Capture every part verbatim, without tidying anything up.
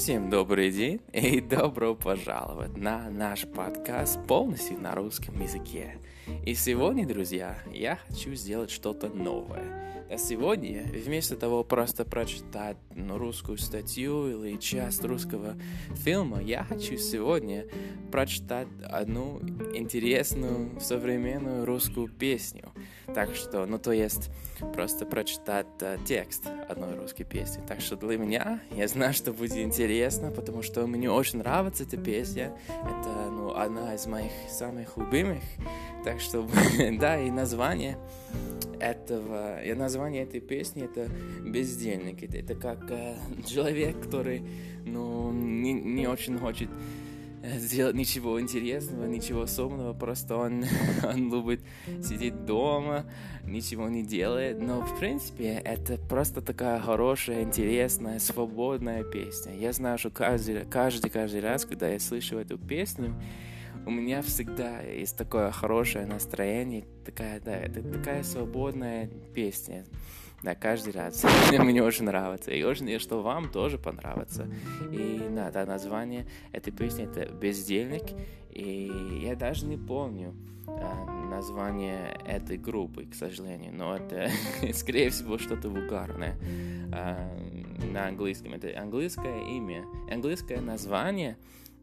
Всем добрый день и добро пожаловать на наш подкаст полностью на русском языке. И сегодня, друзья, я хочу сделать что-то новое. А сегодня, вместо того просто прочитать ну, русскую статью или часть русского фильма, я хочу сегодня прочитать одну интересную современную русскую песню. Так что, ну то есть, просто прочитать uh, текст одной русской песни. Так что для меня, я знаю, что будет интересно, потому что мне очень нравится эта песня. Это, ну, одна из моих самых любимых. Так что, да, и название этого, и название этой песни это «Бездельник». Это, это как э, человек, который, ну, не, не очень хочет сделать ничего интересного, ничего особенного, просто он, он любит сидеть дома, ничего не делает, но в принципе это просто такая хорошая, интересная, свободная песня. Я знаю, что каждый, каждый, каждый раз, когда я слышу эту песню, у меня всегда есть такое хорошее настроение, такая, да, это такая свободная песня. Да, каждый раз. Мне очень нравится. И очень, что вам тоже понравится. И, да, да, название этой песни это «Бездельник». И я даже не помню а, название этой группы, к сожалению. Но это, скорее всего, что-то вульгарное. А, на английском. Это английское имя. Английское название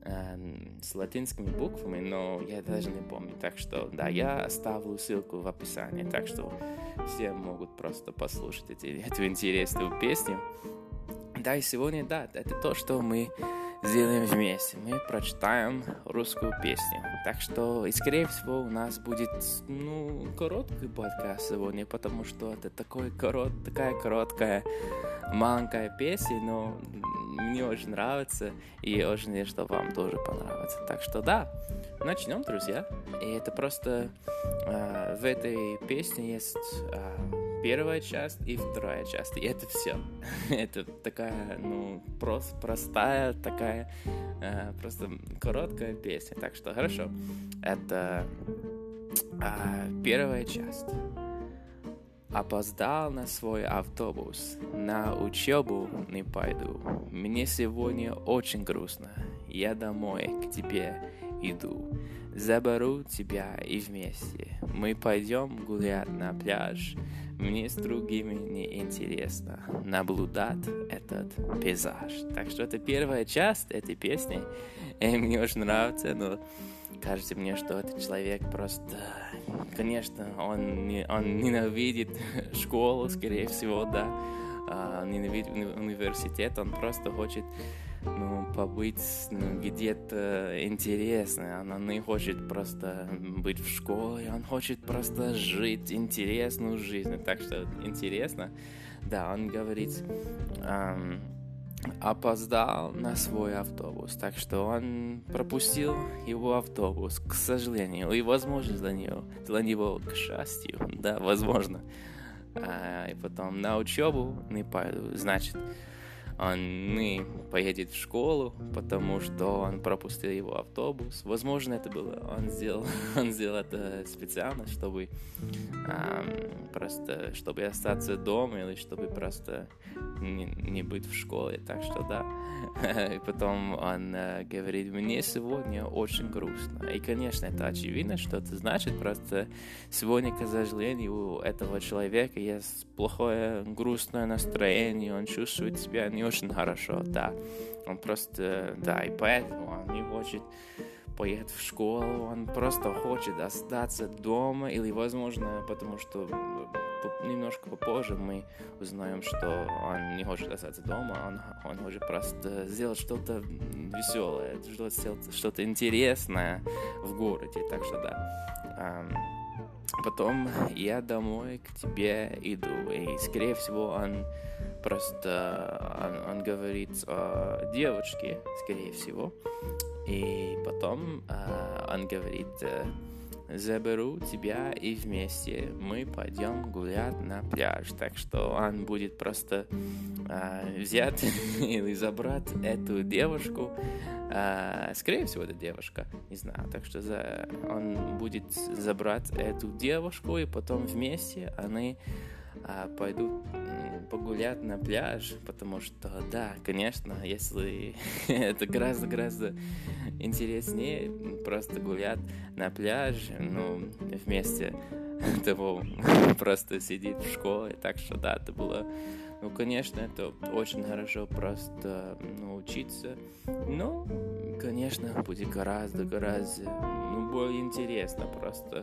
с латинскими буквами, но я даже не помню. Так что, да, я оставлю ссылку в описании, так что все могут просто послушать эти, эту интересную песню. Да, и сегодня, да, это то, что мы сделаем вместе. Мы прочитаем русскую песню. Так что, и скорее всего, у нас будет, ну, короткий подкаст сегодня, потому что это такой корот, такая короткая, маленькая песня, но мне очень нравится, и очень надеюсь, что вам тоже понравится. Так что да, начнем, друзья. И это просто э, в этой песне есть э, первая часть и вторая часть, и это все. Это такая, ну, просто простая, такая, э, просто короткая песня. Так что хорошо. Это э, первая часть. Опоздал на свой автобус, на учебу не пойду. Мне сегодня очень грустно, я домой к тебе иду. Заберу тебя и вместе мы пойдем гулять на пляж. Мне с другими не интересно наблюдать этот пейзаж. Так что это первая часть этой песни, и мне очень нравится, но кажется мне, что этот человек просто, конечно, он, не, он ненавидит школу, скорее всего, да, он ненавидит университет, он просто хочет, ну, побыть ну, где-то интересно, он, он не хочет просто быть в школе, он хочет просто жить интересную жизнь, так что интересно, да, он говорит... Эм, опоздал на свой автобус, так что он пропустил его автобус, к сожалению, и, возможно, для него, для него к счастью, да, возможно. А, и потом на учебу не пойду, значит, он не поедет в школу, потому что он пропустил его автобус. Возможно, это было, он сделал, он сделал это специально, чтобы эм, просто, чтобы остаться дома или чтобы просто не, не быть в школе. Так что да. И потом он э, говорит, мне сегодня очень грустно. И, конечно, это очевидно, что это значит. Просто сегодня, к сожалению, у этого человека есть плохое, грустное настроение, он чувствует себя не очень хорошо, да. Он просто, да, и поэтому он не хочет поехать в школу, он просто хочет остаться дома, или, возможно, потому что немножко попозже мы узнаем, что он не хочет остаться дома, он, он хочет просто сделать что-то веселое, сделать что-то интересное в городе, так что да. Потом я домой к тебе иду, и, скорее всего, он просто, он, он говорит о девочке, скорее всего, и потом э, он говорит, заберу тебя и вместе мы пойдем гулять на пляж, так что он будет просто э, взять или забрать эту девушку, э, скорее всего, это девушка, не знаю, так что за, он будет забрать эту девушку, и потом вместе они а, пойду погулять на пляж, потому что, да, конечно, если это гораздо-гораздо интереснее просто гулять на пляже, ну, вместе того просто сидеть в школе, так что, да, это было, ну, конечно, это очень хорошо просто научиться, но, конечно, будет гораздо-гораздо, ну, более интересно просто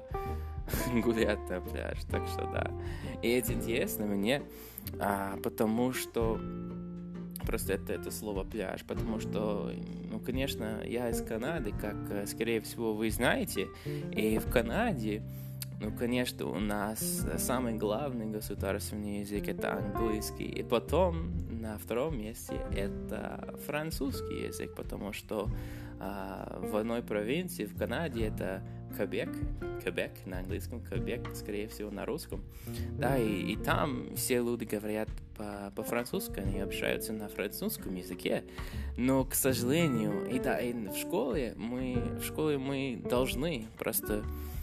гулять на пляж, так что да. И это интересно мне, а, потому что просто это, это слово пляж, потому что, ну, конечно, я из Канады, как, скорее всего, вы знаете, и в Канаде, ну, конечно, у нас самый главный государственный язык это английский, и потом на втором месте это французский язык, потому что а, в одной провинции в Канаде это Квебек, Квебек на английском, Квебек, скорее всего, на русском. Да, и, и там все люди говорят по, по-французски, они общаются на французском языке. Но, к сожалению, и да, и в школе мы, в школе мы должны просто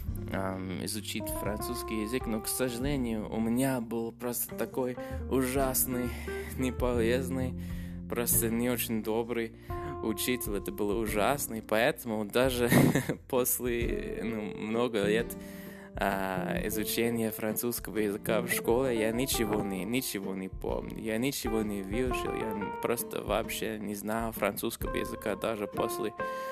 эм, изучить французский язык, но, к сожалению, у меня был просто такой ужасный, неполезный, просто не очень добрый учитель, это было ужасно, и поэтому даже после ну, много лет а, изучения французского языка в школе я ничего не, ничего не помню, я ничего не выучил, я просто вообще не знал французского языка даже после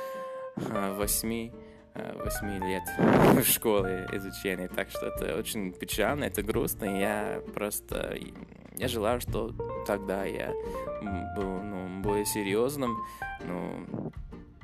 а, восьми, а, восьми лет в школе изучения, так что это очень печально, это грустно, и я просто, я желаю, что тогда я был ну, более серьезным, ну,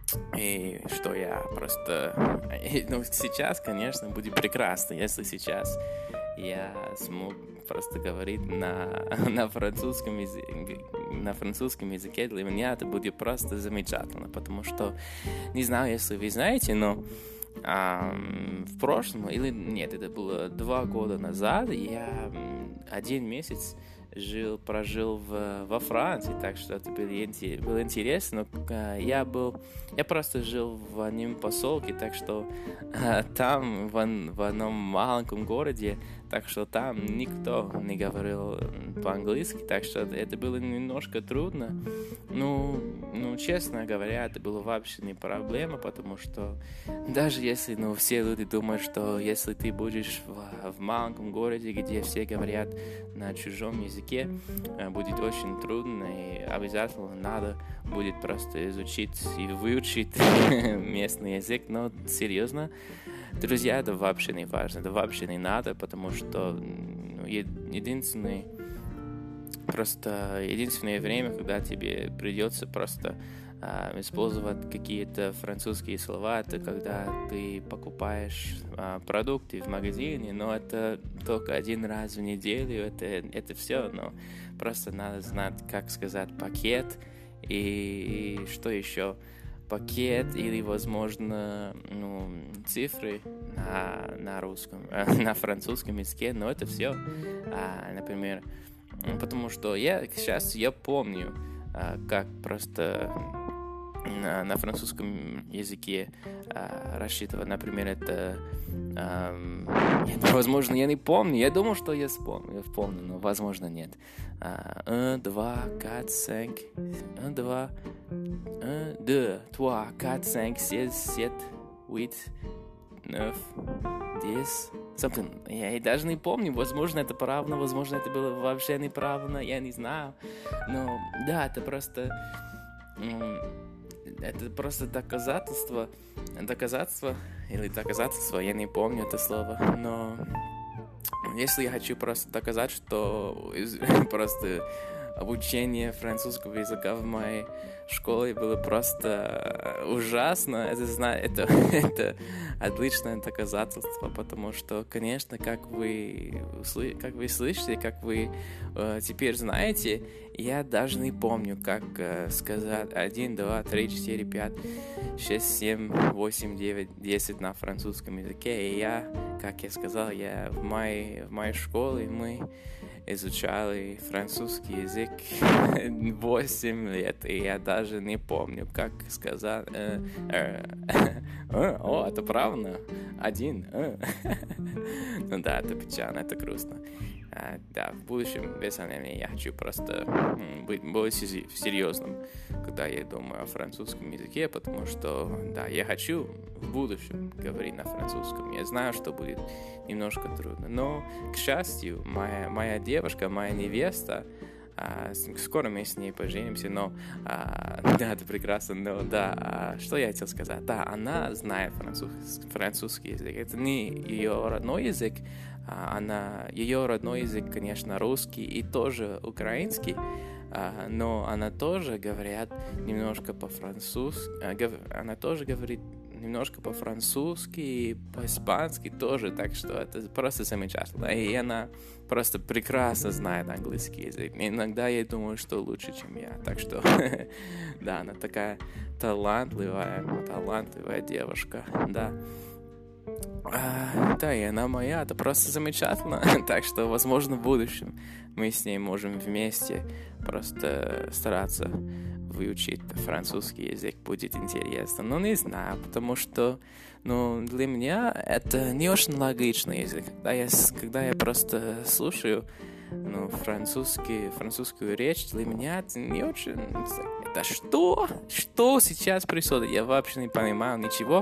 и что я просто... Ну, сейчас, конечно, будет прекрасно, если сейчас я смог просто говорить на, на, французском, языке, на французском языке. Для меня это будет просто замечательно, потому что, не знаю, если вы знаете, но а, в прошлом, или нет, это было два года назад, я один месяц жил, прожил в, во Франции, так что это было, было интересно. Но я был, я просто жил в одном поселке, так что а, там, в, в одном маленьком городе, так что там никто не говорил по-английски, так что это было немножко трудно. Ну, ну, честно говоря, это было вообще не проблема, потому что даже если, ну, все люди думают, что если ты будешь в, в маленьком городе, где все говорят на чужом языке, будет очень трудно, и обязательно надо будет просто изучить и выучить местный язык, но серьезно, друзья, это вообще не важно, это вообще не надо, потому что ну, единственный, просто единственное время, когда тебе придется просто а, использовать какие-то французские слова, это когда ты покупаешь а, продукты в магазине, но это только один раз в неделю, это, это все, но просто надо знать, как сказать пакет и, и что еще. Пакет или, возможно, ну, цифры на, на русском, э, на французском языке, но это все, а, например, потому что я, к счастью, я помню, а, как просто на, на французском языке а, рассчитывать, например, это, а, возможно, я не помню, я думал, что я вспомню, я помню, но, возможно, нет. un, два, quatre, cinq, un, два, un, deux, trois, quatre, cinq, six, sept, huit, neuf, dix, something. Я даже не помню, возможно, это правильно, возможно, это было вообще неправильно, я не знаю. Но да, это просто... Это просто доказательство, доказательство или доказательство, я не помню это слово, но если я хочу просто доказать, что просто обучение французского языка в моей школе было просто ужасно, это, это, это отличное доказательство, потому что, конечно, как вы, как вы слышите, как вы э, теперь знаете, я даже не помню, как э, сказать один, два, три, четыре, пять, шесть, семь, восемь, девять, десять на французском языке, и я, как я сказал, я в моей, в моей школе мы изучали французский язык восемь лет, и я даже не помню, как сказать. Э, э, э, о, это правильно. Один. Э. Ну да, это печально, это грустно. А, да, в будущем, без сомнения, я хочу просто быть более серьезным, когда я думаю о французском языке, потому что, да, я хочу в будущем говорить на французском. Я знаю, что будет немножко трудно, но, к счастью, моя, моя девушка, моя невеста, а, скоро мы с ней поженимся, но, а, да, это прекрасно, но, да, а, что я хотел сказать? Да, она знает француз, французский язык, это не ее родной язык, она, ее родной язык, конечно, русский и тоже украинский, но она тоже говорит немножко по-французски, она тоже говорит немножко по-французски и по-испански тоже, так что это просто замечательно. И она просто прекрасно знает английский язык. Иногда я думаю, что лучше, чем я. Так что, да, она такая талантливая, талантливая девушка, да. А, да, и она моя, это просто замечательно. Так что, возможно, в будущем мы с ней можем вместе просто стараться выучить французский язык, будет интересно. Но не знаю, потому что, ну, для меня это не очень логичный язык. Когда я, когда я просто слушаю, ну, французский, французскую речь, для меня это не очень... Это что? Что сейчас происходит? Я вообще не понимаю ничего.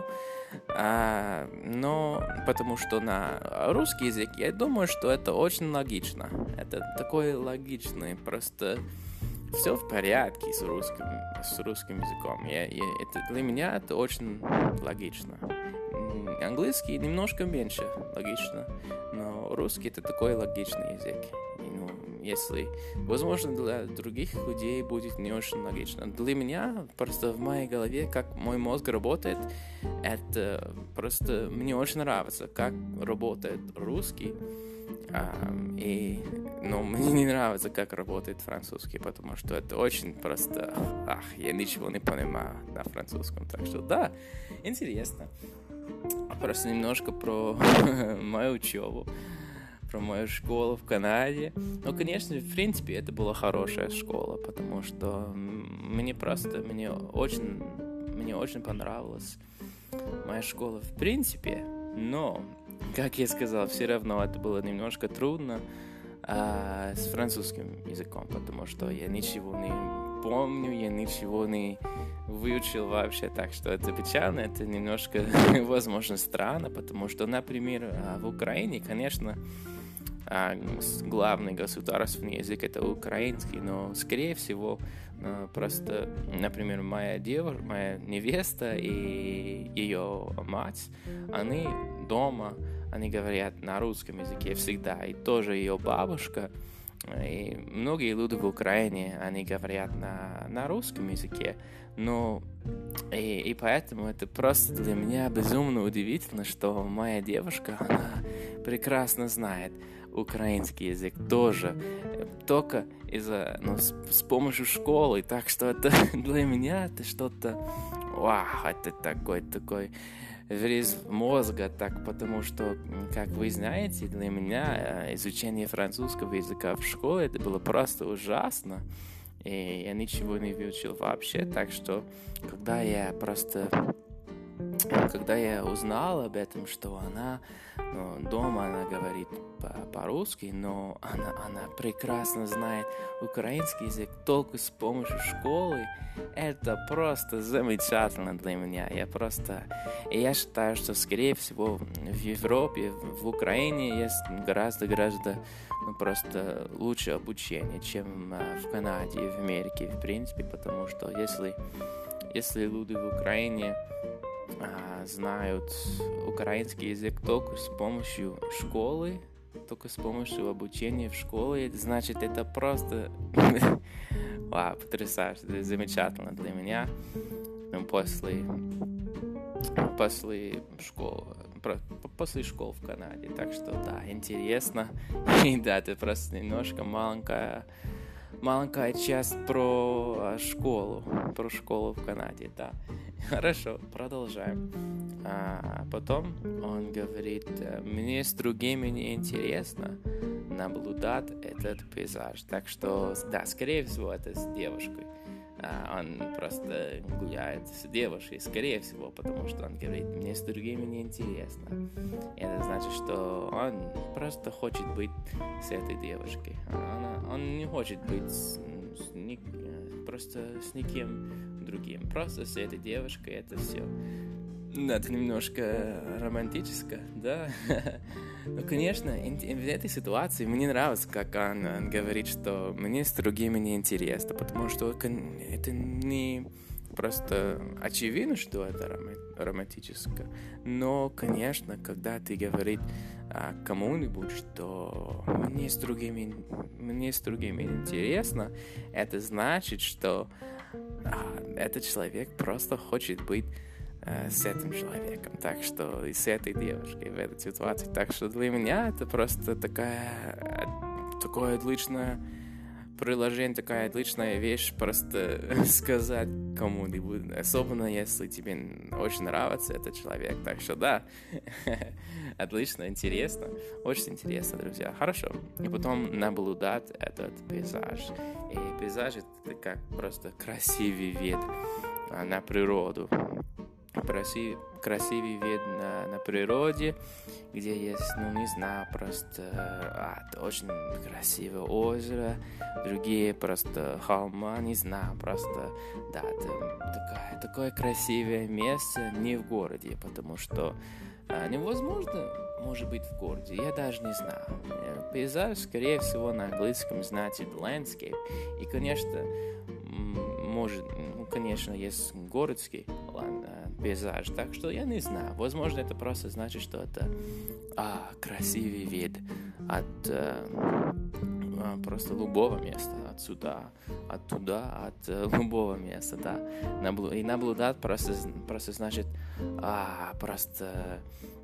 А, но потому что на русский язык, я думаю, что это очень логично. Это такой логичный, просто все в порядке с русским, с русским языком. Я, я, это, для меня это очень логично. Английский немножко меньше логично, но русский это такой логичный язык. И, ну, если, возможно, для других людей будет не очень логично. Для меня, просто в моей голове, как мой мозг работает, это просто мне очень нравится, как работает русский. А, и, но мне не нравится, как работает французский, потому что это очень просто... Ах, я ничего не понимаю на французском. Так что, да, интересно. Просто немножко про мою учебу, про мою школу в Канаде. Ну, конечно, в принципе, это была хорошая школа, потому что мне просто, мне очень, мне очень понравилась моя школа в принципе, но, как я сказал, все равно это было немножко трудно а, с французским языком, потому что я ничего не помню, я ничего не выучил вообще, так что это печально, это немножко, возможно, странно, потому что, например, в Украине, конечно, главный государственный язык это украинский, но, скорее всего, просто, например, моя девушка, моя невеста и ее мать, они дома, они говорят на русском языке всегда, и тоже ее бабушка, и многие люди в Украине, они говорят на, на русском языке, но и, и поэтому это просто для меня безумно удивительно, что моя девушка, она прекрасно знает украинский язык тоже, только из-за, ну, с, с помощью школы, так что это для меня это что-то, вау, это такой, такой врез мозга, так, потому что, как вы знаете, для меня изучение французского языка в школе это было просто ужасно, и я ничего не выучил вообще, так что, когда я просто, когда я узнал об этом, что она, ну, дома она говорит по-русски, но она, она прекрасно знает украинский язык только с помощью школы, это просто замечательно для меня. Я просто, и я считаю, что, скорее всего, в Европе, в Украине есть гораздо-гораздо, ну, просто лучше обучение, чем в Канаде и в Америке, в принципе, потому что если, если люди в Украине а, знают украинский язык только с помощью школы, только с помощью обучения в школе, значит, это просто вау, потрясающе, замечательно для меня. После, после школы, после школ в Канаде. Так что, да, интересно. И да, это просто немножко маленькая, маленькая часть про школу, про школу в Канаде, да. Хорошо, продолжаем. А потом он говорит, мне с другими не интересно наблюдать этот пейзаж. Так что, да, скорее всего, это с девушкой. а, он просто гуляет с девушкой, скорее всего, потому что он говорит, мне с другими не интересно. Это значит, что он просто хочет быть с этой девушкой. Она, он не хочет быть с, с, ни, просто с никем другим. Просто с этой девушкой, это все. Это немножко романтическое, да? Ну, конечно, в этой ситуации мне нравится, как он, он говорит, что мне с другими не интересно, потому что это не просто очевидно, что это романтическое, но, конечно, когда ты говоришь а, кому-нибудь, что мне с другими, мне с другими интересно, это значит, что а, этот человек просто хочет быть с этим человеком, так что и с этой девушкой в этой ситуации. Так что для меня это просто такая, такое отличное приложение, такая отличная вещь, просто сказать кому-нибудь, особенно если тебе очень нравится этот человек. Так что да, отлично, интересно, очень интересно, друзья. Хорошо. И потом наблюдать этот пейзаж. И пейзаж это как просто красивый вид на природу. Красив, красивый вид на, на природе, где есть, ну, не знаю, просто а, очень красивое озеро, другие просто холма, не знаю, просто, да, это такое, такое красивое место не в городе, потому что а, невозможно, может быть, в городе, я даже не знаю. Пейзаж, скорее всего, на английском значит landscape, и, конечно, может, ну, конечно, есть городский пейзаж, так что я не знаю. Возможно, это просто значит, что это а, красивый вид от а, просто любого места, отсюда, оттуда, от а, любого места, да. Наблю... И наблюдать просто, просто значит а, просто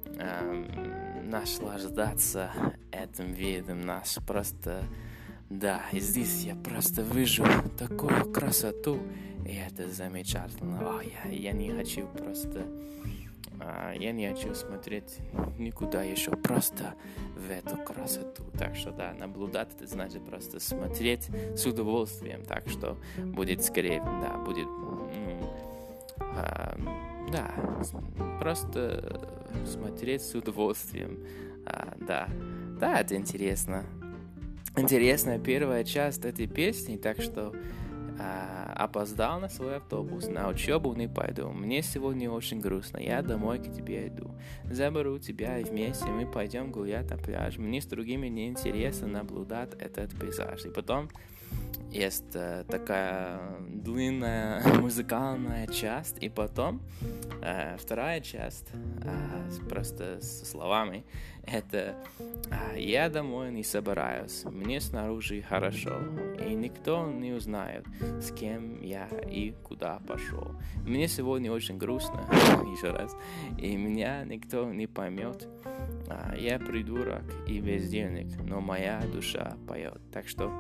а, наслаждаться этим видом, наш просто, да, и здесь я просто вижу такую красоту. И это замечательно. О, я, я не хочу просто... А, я не хочу смотреть никуда еще. Просто в эту красоту. Так что, да, наблюдать, это значит просто смотреть с удовольствием. Так что будет скорее, да, будет... Ну, а, да, просто смотреть с удовольствием. А, да, да, это интересно. Интересная первая часть этой песни, так что... Опоздал на свой автобус, на учебу не пойду. Мне сегодня очень грустно, я домой к тебе иду. Заберу тебя и вместе мы пойдем гулять на пляж. Мне с другими не интересно наблюдать этот пейзаж. И потом есть э, такая длинная музыкальная часть, и потом э, вторая часть э, просто со словами. Это «Я домой не собираюсь, мне снаружи хорошо, и никто не узнает, с кем я и куда пошел. Мне сегодня очень грустно, еще раз, и меня никто не поймет. Я придурок и без денег, но моя душа поет». Так что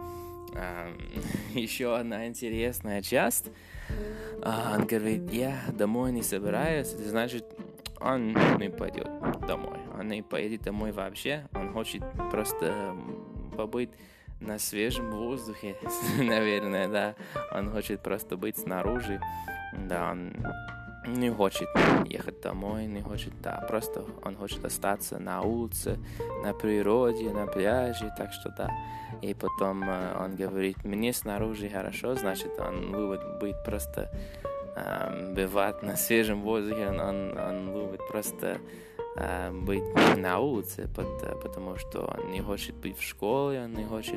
еще одна интересная часть. Он говорит, я домой не собираюсь, это значит, он не пойдет домой. Он не поедет домой вообще. Он хочет просто побыть на свежем воздухе, наверное, да. Он хочет просто быть снаружи. Да, он не хочет ехать домой, не хочет, да, просто он хочет остаться на улице, на природе, на пляже, так что да. И потом э, он говорит, мне снаружи хорошо, значит, он любит быть просто, э, бывать на свежем воздухе, он, он, он любит просто э, быть на улице, потому что он не хочет быть в школе, он не хочет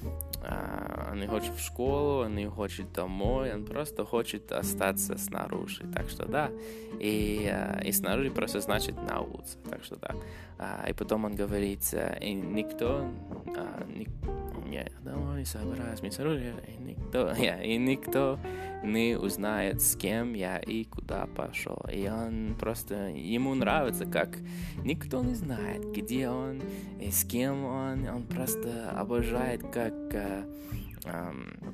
Uh, он не хочет в школу, он не хочет домой, он просто хочет остаться снаружи, так что да, и, uh, и снаружи просто значит на улице, так что да, uh, и потом он говорит, uh, и никто, uh, ник... я домой не собираюсь, не снаружи, и никто, yeah, и никто не узнает, с кем я и куда пошел, и он просто, ему нравится, как никто не знает, где он и с кем он, он просто обожает, как Uh, um,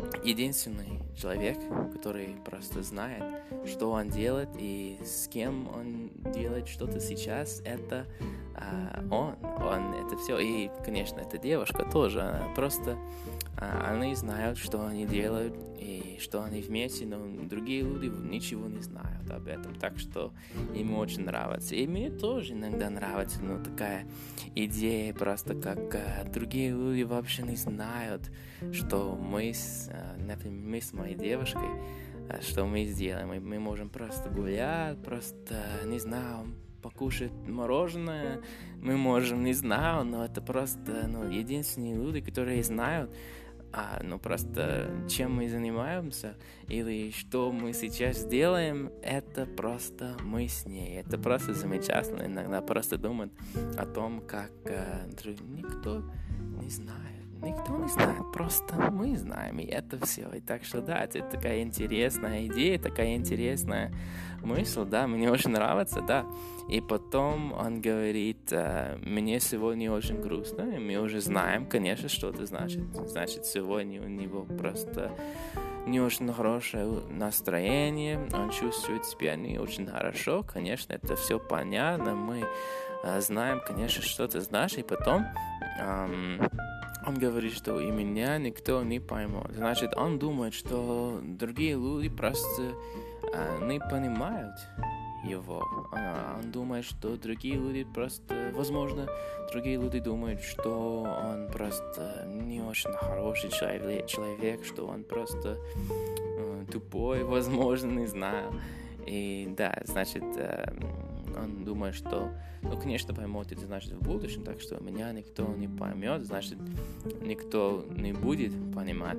единственный человек, который просто знает, что он делает и с кем он делает что-то сейчас, это а, он. Он это все. И, конечно, эта девушка тоже. Она просто а, они знают, что они делают и что они вместе, но другие люди ничего не знают об этом. Так что им очень нравится. И мне тоже иногда нравится, ну, такая идея, просто как а, другие люди вообще не знают, что мы с, а, например, мы с моей девушкой, а, что мы сделаем. Мы, мы можем просто гулять, просто, не знаю, покушать мороженое, мы можем, не знаю, но это просто, ну, единственные люди, которые знают, а, ну, просто чем мы занимаемся или что мы сейчас делаем, это просто мы с ней. Это просто замечательно. Иногда просто думать о том, как а, никто не знает. Никто не знает, просто мы знаем, и это все. И так что, да, это такая интересная идея, такая интересная мысль, да, мне очень нравится, да. И потом он говорит, мне сегодня очень грустно, и мы уже знаем, конечно, что это значит. Значит, сегодня у него просто не очень хорошее настроение, он чувствует себя не очень хорошо, конечно, это все понятно, мы знаем, конечно, что это значит, и потом... Эм, Он говорит, что и меня никто не поймет. Значит, он думает, что другие люди просто а, не понимают его. А, он думает, что другие люди просто... Возможно, другие люди думают, что он просто не очень хороший человек, человек что он просто э, тупой, возможно, не знаю. И да, значит... Э, он думает, что, ну, конечно, поймет это, значит, в будущем, так что меня никто не поймет, значит, никто не будет понимать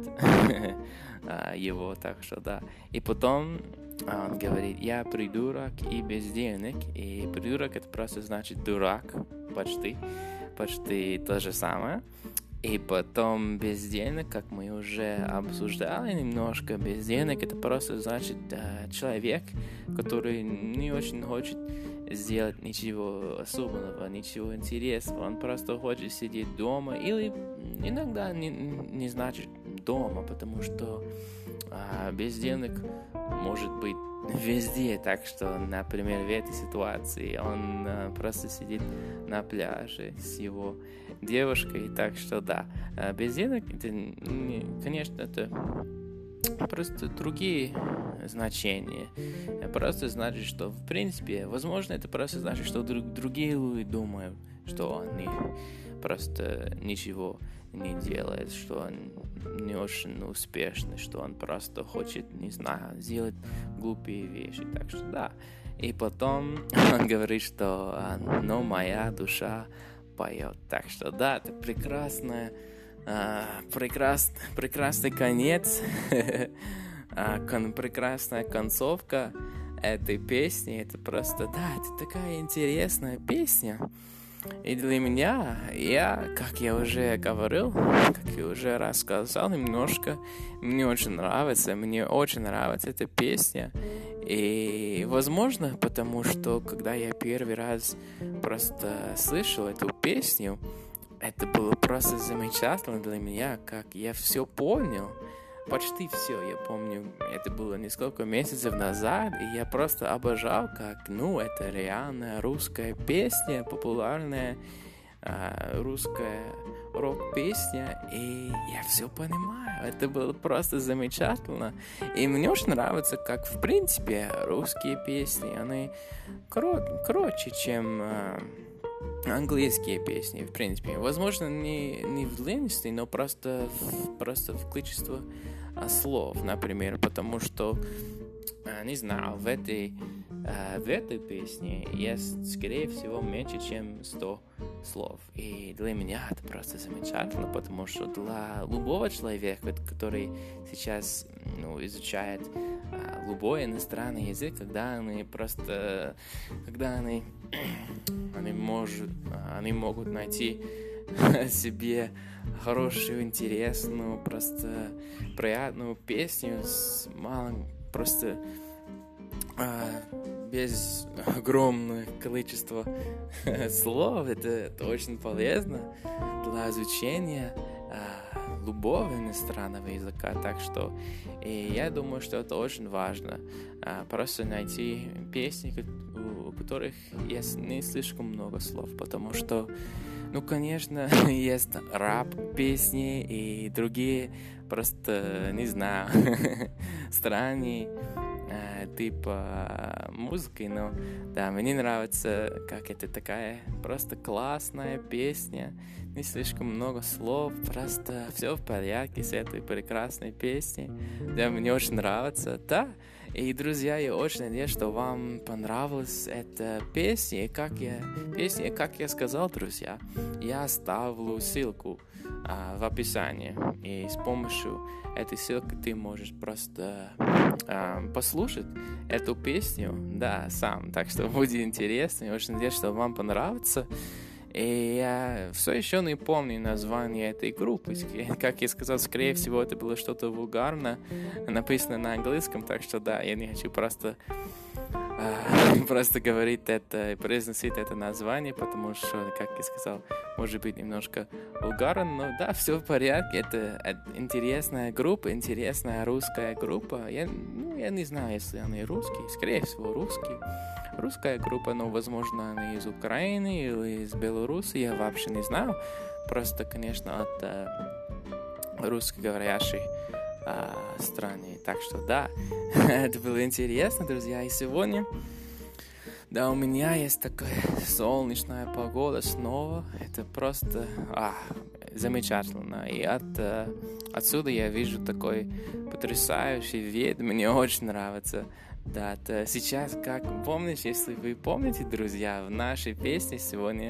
его, так что, да. И потом он говорит, я придурок и без денег, и придурок это просто значит дурак, почти, почти то же самое. И потом без денег, как мы уже обсуждали немножко, без денег это просто значит э, человек, который не очень хочет сделать ничего особенного, ничего интересного. Он просто хочет сидеть дома или иногда не, не значит дома, потому что э, без денег может быть везде. Так что, например, в этой ситуации он э, просто сидит на пляже с его девушкой, так что да, без денег, это, конечно, это просто другие значения. Просто значит, что в принципе, возможно, это просто значит, что друг, другие люди думают, что они просто ничего не делает, что он не очень успешный, что он просто хочет, не знаю, сделать глупые вещи. Так что да. И потом он говорит, что но моя душа поет. Так что да, это прекрасная, э, прекрас, прекрасный конец, кон, прекрасная концовка этой песни. Это просто, да, это такая интересная песня. И для меня, я, как я уже говорил, как я уже рассказал немножко, мне очень нравится, мне очень нравится эта песня. И, возможно, потому что, когда я первый раз просто слышал эту песню, это было просто замечательно для меня, как я все понял. Почти все, я помню, это было несколько месяцев назад, и я просто обожал, как, ну, это реальная русская песня, популярная э, русская рок-песня, и я все понимаю, это было просто замечательно. И мне очень нравится, как, в принципе, русские песни, они кро- короче, чем... Э, английские песни, в принципе. Возможно, не, не в длинности, но просто в, просто в количестве а, слов, например, потому что, а, не знаю, в этой, а, в этой песне есть, скорее всего, меньше, чем сто слов. И для меня это просто замечательно, потому что для любого человека, который сейчас, ну, изучает а, любой иностранный язык, когда они просто, когда они Они, может, они могут найти себе хорошую, интересную, просто приятную песню с малым, просто а, без огромного количества слов. Это, это очень полезно для изучения а, любовь иностранного языка, так что и я думаю, что это очень важно, а, просто найти песни, у которых есть не слишком много слов, потому что, ну, конечно, есть рэп-песни и другие, просто, не знаю, странные типа музыки, но да, мне нравится, как это такая просто классная песня, не слишком много слов, просто все в порядке с этой прекрасной песней. Да, мне очень нравится, да. И, друзья, я очень надеюсь, что вам понравилась эта песня. И как я, песня, как я сказал, друзья, я оставлю ссылку а, в описании. И с помощью этой ссылки ты можешь просто а, послушать эту песню, да, сам. Так что будет интересно. Я очень надеюсь, что вам понравится. И я все еще не помню название этой группы. Как я сказал, скорее всего, это было что-то вульгарно, написано на английском, так что да, я не хочу просто, э, просто говорить это, произносить это название, потому что, как я сказал, может быть немножко вульгарно, но да, все в порядке. Это интересная группа, интересная русская группа. Я, ну, я не знаю, если они русские, скорее всего, русские. Русская группа, но, возможно, она из Украины или из Беларуси, я вообще не знаю. Просто, конечно, от э, русскоговорящей э, страны. Так что, да, это было интересно, друзья. И сегодня, да, у меня есть такая солнечная погода снова. Это просто а, замечательно. И от, э, отсюда я вижу такой потрясающий вид. Мне очень нравится. Да, то сейчас, как помнишь, если вы помните, друзья, в нашей песне сегодня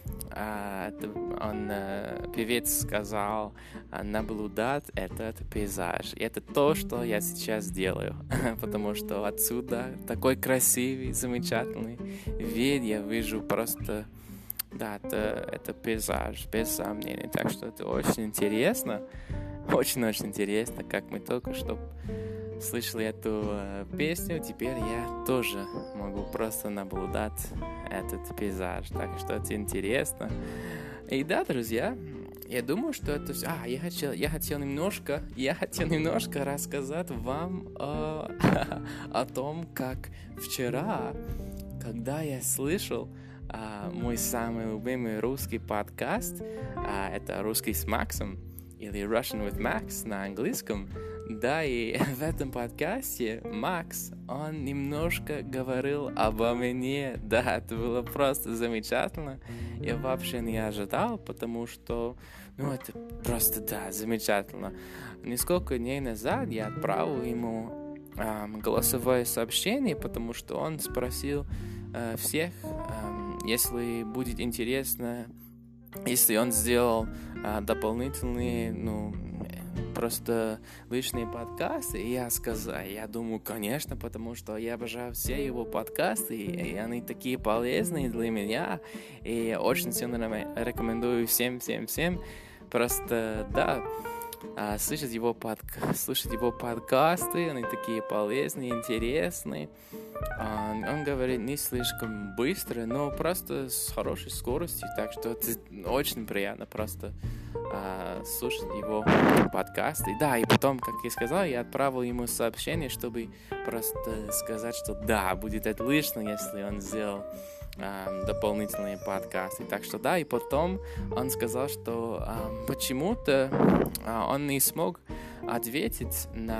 а, это, он, а, певец сказал, а, наблюдать этот пейзаж. И это то, что я сейчас делаю, потому что отсюда такой красивый, замечательный вид я вижу просто, да, это, это пейзаж, без сомнений. Так что это очень интересно, очень-очень интересно, как мы только что слышали эту э, песню, теперь я тоже могу просто наблюдать этот пейзаж. Так что это интересно. И да, друзья, я думаю, что это все. А, я хотел, я хотел немножко, я хотел немножко рассказать вам о, о том, как вчера, когда я слышал а, мой самый любимый русский подкаст, а, это «Русский с Максом» или «Russian with Max» на английском. Да, и в этом подкасте Макс, он немножко говорил обо мне. Да, это было просто замечательно. Я вообще не ожидал, потому что, ну, это просто, да, замечательно. Несколько дней назад я отправил ему эм, голосовое сообщение, потому что он спросил э, всех, эм, если будет интересно, если он сделал э, дополнительные, ну, просто личные подкасты, и я сказал, я думаю, конечно, потому что я обожаю все его подкасты, и, и они такие полезные для меня, и очень сильно рекомендую всем-всем-всем просто, да, слышать его, подка- слышать его подкасты, они такие полезные, интересные. Он, он говорит не слишком быстро, но просто с хорошей скоростью, так что это очень приятно просто а, слушать его подкасты. Да, и потом, как я сказал, я отправил ему сообщение, чтобы просто сказать, что да, будет отлично, если он сделал а, дополнительные подкасты. Так что да, и потом он сказал, что а, почему-то а, он не смог ответить на,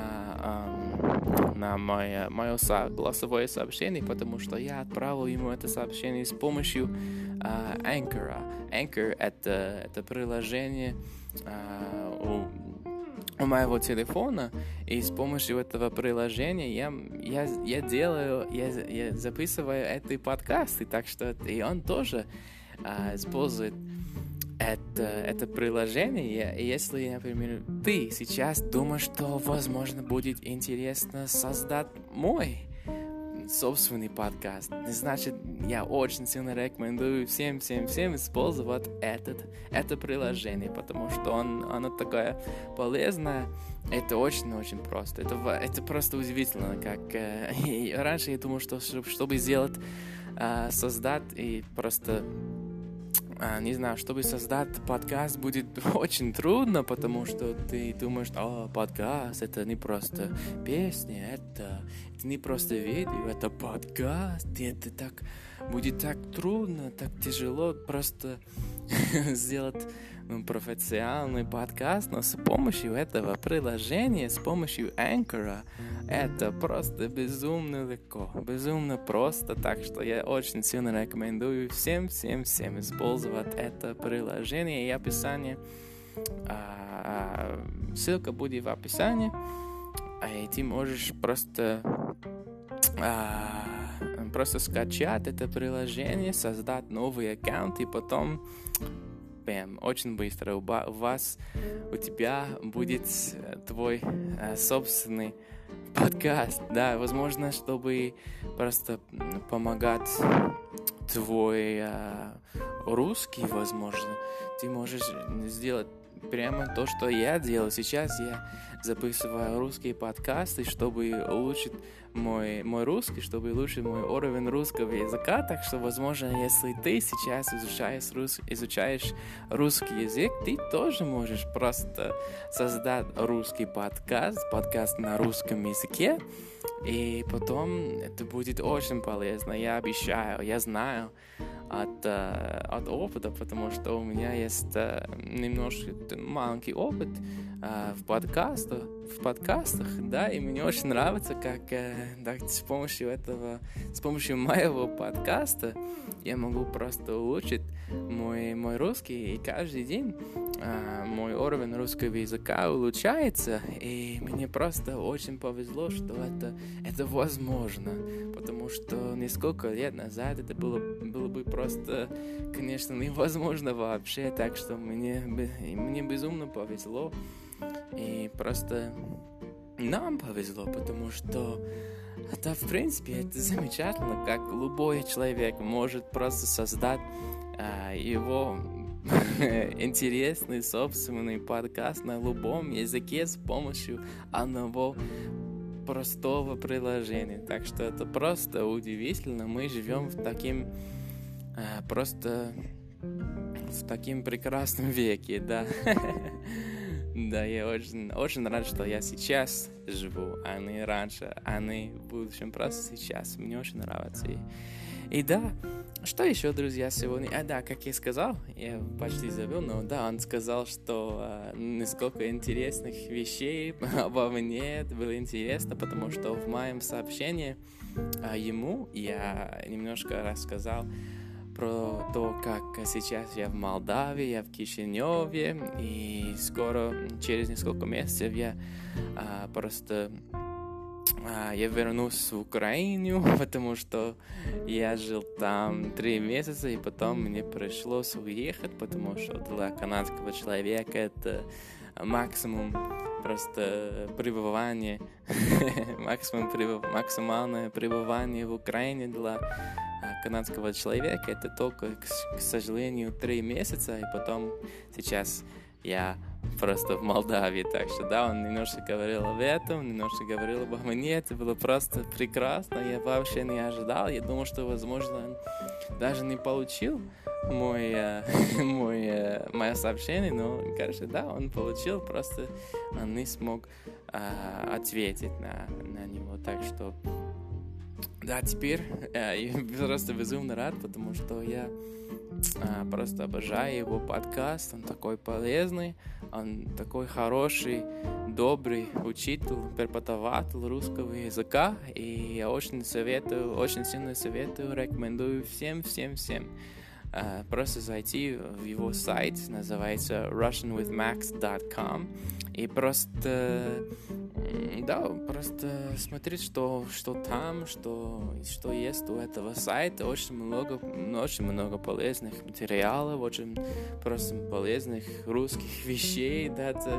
а, на мое, мое со- голосовое сообщение, потому что я отправил ему это сообщение с помощью а, Anchor. Anchor — это, это приложение а, у, у моего телефона, и с помощью этого приложения я, я, я делаю, я, я записываю эти подкасты, так что и он тоже а, использует Это, это приложение. И если, например, ты сейчас думаешь, что, возможно, будет интересно создать мой собственный подкаст, значит, я очень сильно рекомендую всем-всем-всем использовать этот, это приложение, потому что он, оно такое полезное. Это очень-очень просто. Это, это просто удивительно, как... Э, и раньше я думал, что чтобы сделать, э, создать и просто... а, не знаю, чтобы создать подкаст будет очень трудно, потому что ты думаешь, о, подкаст, это не просто песни, это, это не просто видео, это подкаст, и это так, будет так трудно, так тяжело просто сделать ну, профессиональный подкаст, но с помощью этого приложения, с помощью Anchor, это просто безумно легко, безумно просто, так что я очень сильно рекомендую всем, всем, всем использовать это приложение и описание. А, ссылка будет в описании, и ты можешь просто, а, просто скачать это приложение, создать новый аккаунт и потом Бэм, очень быстро у вас, у тебя будет твой а, собственный подкаст, да, возможно, чтобы просто помогать твой а, русский, возможно, ты можешь сделать прямо то, что я делаю. Сейчас я записываю русские подкасты, чтобы улучшить мой, мой русский, чтобы улучшить мой уровень русского языка. Так что, возможно, если ты сейчас изучаешь, рус, изучаешь русский язык, ты тоже можешь просто создать русский подкаст, подкаст на русском языке. И потом это будет очень полезно, я обещаю, я знаю от, uh, от опыта, потому что у меня есть uh, немножко маленький опыт uh, в подкастах, в подкастах, да, и мне очень нравится, как uh, да, с помощью этого, с помощью моего подкаста я могу просто улучшить мой, мой русский, и каждый день uh, мой уровень русского языка улучшается, и мне просто очень повезло, что это, это возможно, потому что несколько лет назад это было, было бы просто, конечно, невозможно вообще, так что мне, мне безумно повезло, и просто нам повезло, потому что это, в принципе, это замечательно, как любой человек может просто создать а, его интересный собственный подкаст на любом языке с помощью одного простого приложения. Так что это просто удивительно. Мы живем в таким а, просто в таким прекрасном веке, да. Да, я очень, очень рад, что я сейчас живу, а не раньше, а не в будущем, просто сейчас. Мне очень нравится. И, и да, что еще, друзья, сегодня? А, да, как я сказал, я почти забыл, но да, он сказал, что а, несколько интересных вещей обо мне, это было интересно, потому что в моем сообщении а, ему я немножко рассказал про то, как сейчас я в Молдавии, я в Кишиневе, и скоро, через несколько месяцев, я а, просто а, я вернусь в Украину, потому что я жил там три месяца, и потом мне пришлось уехать, потому что для канадского человека это максимум просто пребывание, максимум пребыв... максимальное пребывание в Украине для канадского человека, это только, к, к сожалению, три месяца, и потом сейчас я просто в Молдавии, так что да, он немножко говорил об этом, немножко говорил обо мне, это было просто прекрасно, я вообще не ожидал, я думал, что, возможно, он даже не получил мой, мой, мое сообщение, но, кажется, да, он получил, просто он не смог а, ответить на, на него, так что да, теперь э, я просто безумно рад, потому что я э, просто обожаю его подкаст, он такой полезный, он такой хороший, добрый учитель, преподаватель русского языка, и я очень советую, очень сильно советую, рекомендую всем, всем, всем э, просто зайти в его сайт, называется russian with max dot com, и просто да, просто смотреть, что, что там, что, что есть у этого сайта. Очень много, очень много полезных материалов, очень просто полезных русских вещей. Да, это,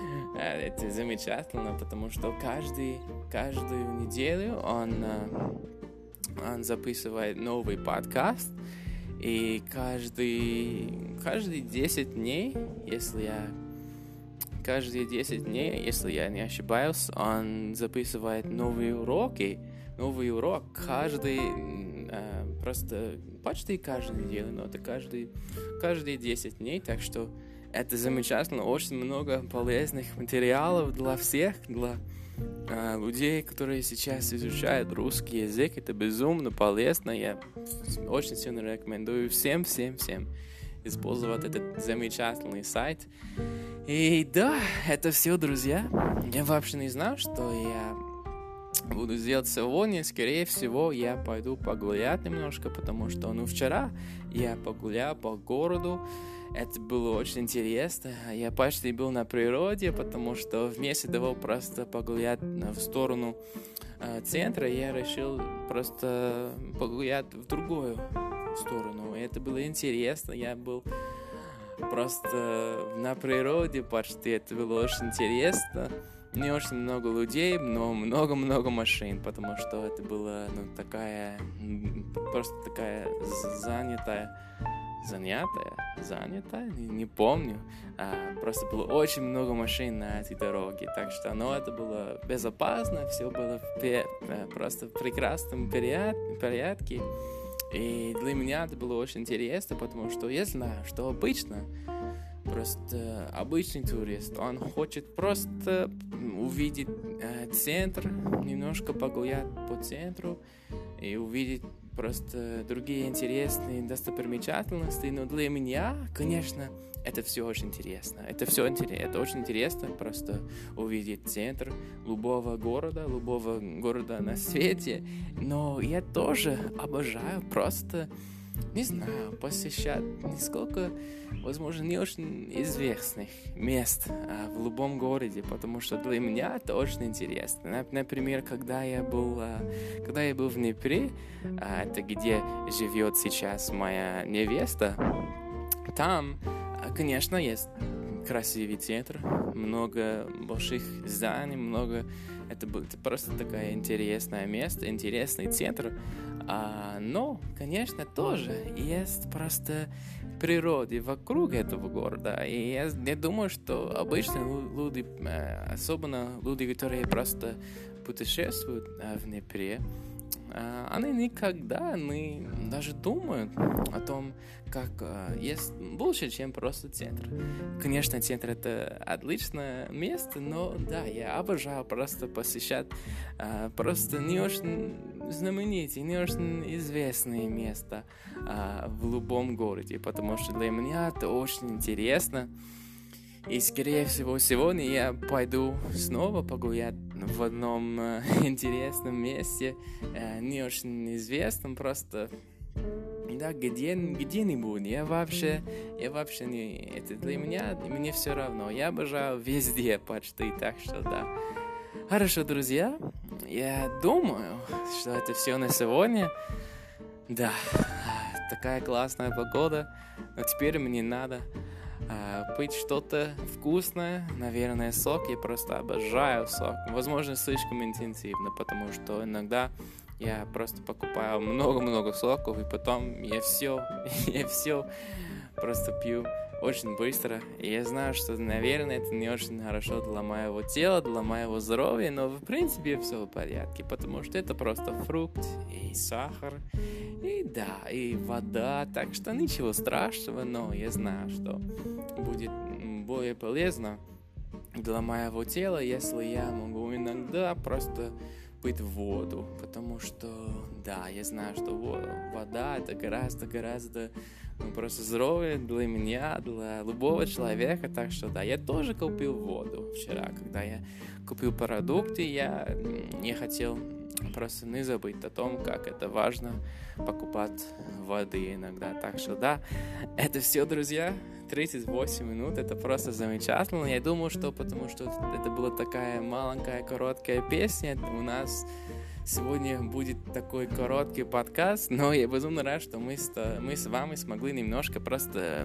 это замечательно, потому что каждый, каждую неделю он, он записывает новый подкаст. И каждый, каждые десять дней, если я Каждые десять дней, если я не ошибаюсь, он записывает новые уроки, новый урок каждый, э, просто почти каждую неделю, но это каждый, каждые десять дней, так что это замечательно, очень много полезных материалов для всех, для а, людей, которые сейчас изучают русский язык. Это безумно полезно. Я очень сильно рекомендую всем, всем, всем использовать этот замечательный сайт. И да, это все, друзья. Я вообще не знал, что я буду делать сегодня. Скорее всего, я пойду погулять немножко, потому что, ну, вчера я погулял по городу. Это было очень интересно. Я почти был на природе, потому что вместо того просто погулять в сторону э, центра, я решил просто погулять в другую сторону. И это было интересно. Я был просто на природе почти. Это было очень интересно. Не очень много людей, но много-много машин, потому что это была, ну, такая, просто такая занятая, занятая, занятая, не, не помню. А, просто было очень много машин на этой дороге, так что, ну, это было безопасно, все было в, просто в прекрасном порядке. И для меня это было очень интересно, потому что я знаю, что обычно просто обычный турист, он хочет просто увидеть э, центр, немножко погулять по центру и увидеть просто другие интересные достопримечательности. Но для меня, конечно, это все очень интересно. Это все интересно. Это очень интересно просто увидеть центр любого города, любого города на свете. Но я тоже обожаю просто, не знаю, посещать несколько, возможно, не очень известных мест а, в любом городе, потому что для меня это очень интересно. Например, когда я был, а, когда я был в Днепре, а, это где живет сейчас моя невеста, там, а, конечно, есть красивый центр, много больших зданий, много... Это, это просто такое интересное место, интересный центр. А, но, конечно, тоже есть просто природа вокруг этого города. И я, я думаю, что обычно люди, особенно люди, которые просто путешествуют в Днепре, они никогда не даже думают о том, как есть больше, чем просто центр. Конечно, центр — это отличное место, но да, я обожаю просто посещать просто не очень знаменитые, не очень известные места в любом городе, потому что для меня это очень интересно. И, скорее всего, сегодня я пойду снова погулять в одном э, интересном месте, э, не очень известном, просто, да, где, где-нибудь. Я вообще, я вообще не, это для меня, мне все равно. Я обожаю везде почти, так что, да. Хорошо, друзья, я думаю, что это все на сегодня. Да, такая классная погода, но теперь мне надо Uh, пить что-то вкусное, наверное, сок. Я просто обожаю сок. Возможно, слишком интенсивно, потому что иногда я просто покупаю много-много соков, и потом я все, я все просто пью очень быстро. И я знаю, что, наверное, это не очень хорошо для моего тела, для моего здоровья, но в принципе все в порядке, потому что это просто фрукт и сахар, и да, и вода, так что ничего страшного, но я знаю, что будет более полезно для моего тела, если я могу иногда просто пить воду, потому что, да, я знаю, что вода — это гораздо-гораздо, ну, просто здоровье для меня, для любого человека, так что, да, я тоже купил воду вчера, когда я купил продукты, я не хотел просто не забыть о том, как это важно покупать воды иногда, так что, да, это все, друзья. тридцать восемь минут, это просто замечательно. Я думаю, что потому что это была такая маленькая, короткая песня, у нас сегодня будет такой короткий подкаст, но я безумно рад, что мы с, мы с вами смогли немножко просто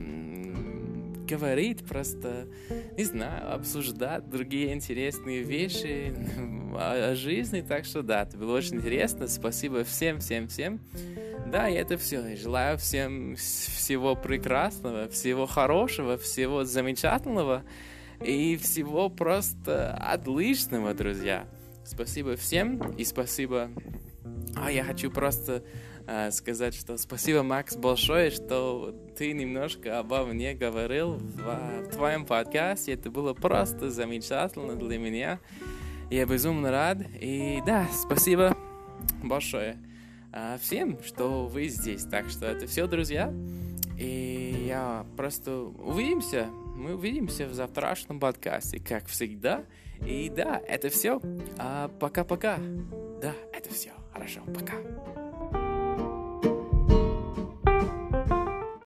м- говорить, просто, не знаю, обсуждать другие интересные вещи о, о жизни, так что да, это было очень интересно. Спасибо всем, всем, всем. Да, и это все. Я желаю всем всего прекрасного, всего хорошего, всего замечательного и всего просто отличного, друзья. Спасибо всем и спасибо. А я хочу просто а, сказать, что спасибо, Макс, большое, что ты немножко обо мне говорил в, в твоем подкасте. Это было просто замечательно для меня. Я безумно рад. И да, спасибо большое а, всем, что вы здесь. Так что это все, друзья. И я просто увидимся. Мы увидимся в завтрашнем подкасте, как всегда. И да, это все. А, пока-пока. Да, это все. Хорошо, пока.